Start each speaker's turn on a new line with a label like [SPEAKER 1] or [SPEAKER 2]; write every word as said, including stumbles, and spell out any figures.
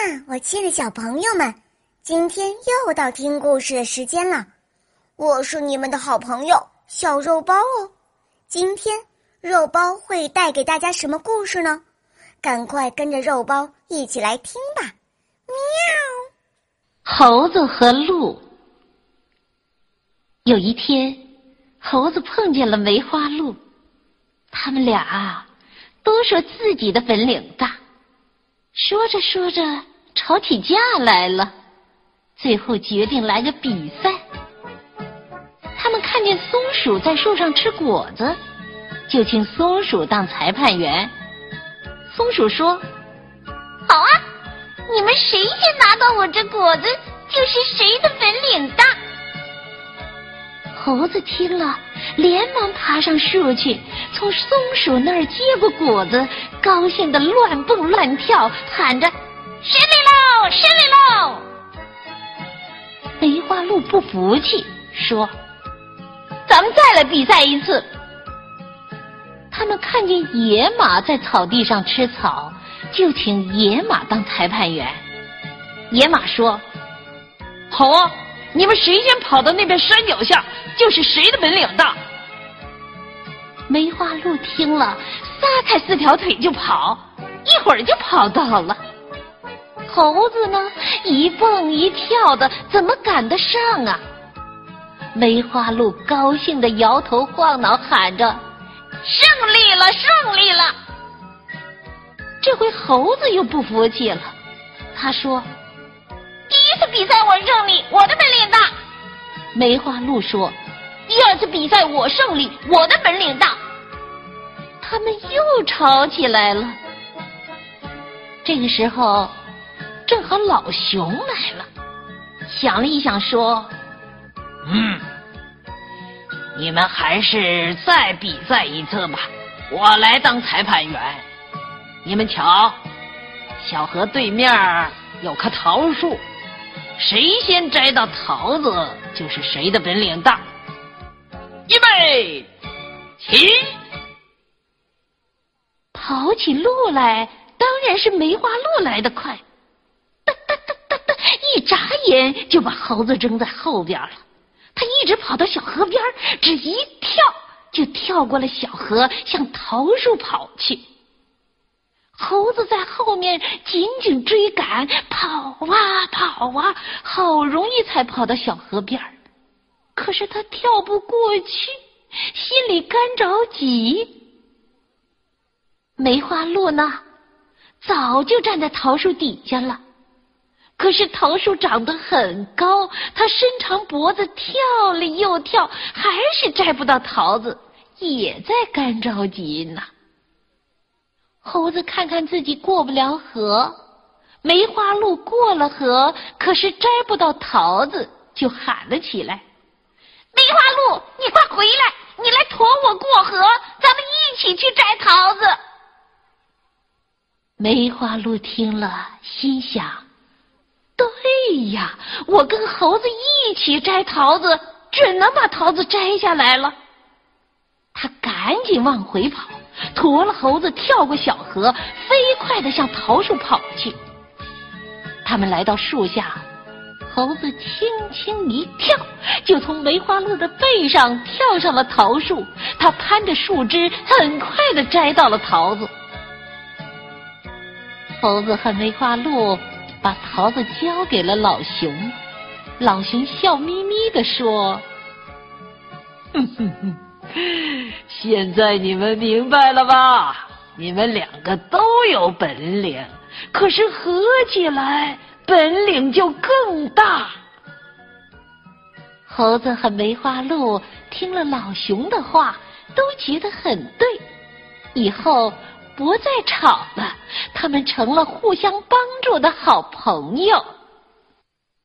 [SPEAKER 1] 我亲爱的小朋友们，今天又到听故事的时间了。我是你们的好朋友小肉包哦。今天肉包会带给大家什么故事呢？赶快跟着肉包一起来听吧。喵！
[SPEAKER 2] 猴子和鹿。有一天，猴子碰见了梅花鹿，他们俩啊都说自己的本领大，说着说着吵起架来了，最后决定来个比赛。他们看见松鼠在树上吃果子，就请松鼠当裁判员。松鼠说：好啊，你们谁先拿到我这果子，就是谁的本领大。猴子听了，连忙爬上树去，从松鼠那儿接过果子，高兴得乱蹦乱跳，喊着：胜利喽，胜利喽！梅花鹿不服气，说：咱们再来比赛一次。他们看见野马在草地上吃草，就请野马当裁判员。野马说：好啊，你们谁先跑到那边山脚下，就是谁的本领大。梅花鹿听了，撒开四条腿就跑，一会儿就跑到了。猴子呢，一蹦一跳的，怎么赶得上啊？梅花鹿高兴地摇头晃脑，喊着：胜利了，胜利了！这回猴子又不服气了，他说：第一次比赛我胜利，我的本领大。梅花鹿说：第二次比赛我胜利，我的本领大。他们又吵起来了。这个时候正好老熊来了，想了一想说：嗯，你们还是再比赛一次吧，我来当裁判员。你们瞧，小河对面有棵桃树，谁先摘到桃子，就是谁的本领大。预备，起！跑起路来当然是梅花鹿来得快，哒哒哒哒哒，一眨眼就把猴子扔在后边了。他一直跑到小河边，只一跳就跳过了小河，向桃树跑去。猴子在后面紧紧追赶，跑啊跑啊，好容易才跑到小河边。可是他跳不过去，心里干着急。梅花鹿呢，早就站在桃树底下了。可是桃树长得很高，它伸长脖子跳了又跳，还是摘不到桃子，也在干着急呢。猴子看看自己过不了河，梅花鹿过了河，可是摘不到桃子，就喊了起来：梅花鹿，你快回来，你来驮我过河，咱们一起去摘桃子。梅花鹿听了，心想：对呀，我跟猴子一起摘桃子，准能把桃子摘下来了。他赶紧往回跑，驮了猴子跳过小河，飞快地向桃树跑去。他们来到树下，猴子轻轻一跳，就从梅花鹿的背上跳上了桃树。他攀着树枝，很快地摘到了桃子。猴子和梅花鹿把桃子交给了老熊，老熊笑眯眯地说：哼哼哼，现在你们明白了吧？你们两个都有本领，可是合起来本领就更大。猴子和梅花鹿听了老熊的话，都觉得很对，以后不再吵了，他们成了互相帮助的好朋友。